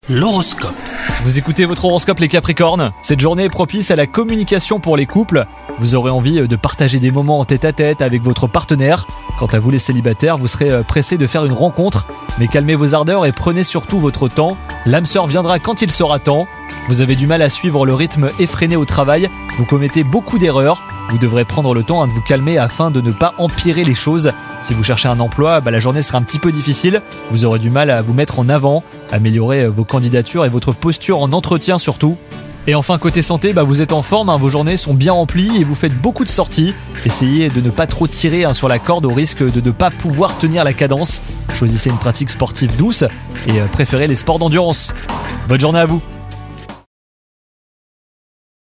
L'horoscope. Vous écoutez votre horoscope les Capricornes. Cette journée est propice à la communication pour les couples. Vous aurez envie de partager des moments en tête-à-tête avec votre partenaire. Quant à vous les célibataires, vous serez pressés de faire une rencontre. Mais calmez vos ardeurs et prenez surtout votre temps. L'âme sœur viendra quand il sera temps. Vous avez du mal à suivre le rythme effréné au travail. Vous commettez beaucoup d'erreurs. Vous devrez prendre le temps de vous calmer afin de ne pas empirer les choses. Si vous cherchez un emploi, la journée sera un petit peu difficile. Vous aurez du mal à vous mettre en avant, améliorer vos candidatures et votre posture en entretien surtout. Et enfin côté santé, vous êtes en forme, vos journées sont bien remplies et vous faites beaucoup de sorties. Essayez de ne pas trop tirer sur la corde au risque de ne pas pouvoir tenir la cadence. Choisissez une pratique sportive douce et préférez les sports d'endurance. Bonne journée à vous!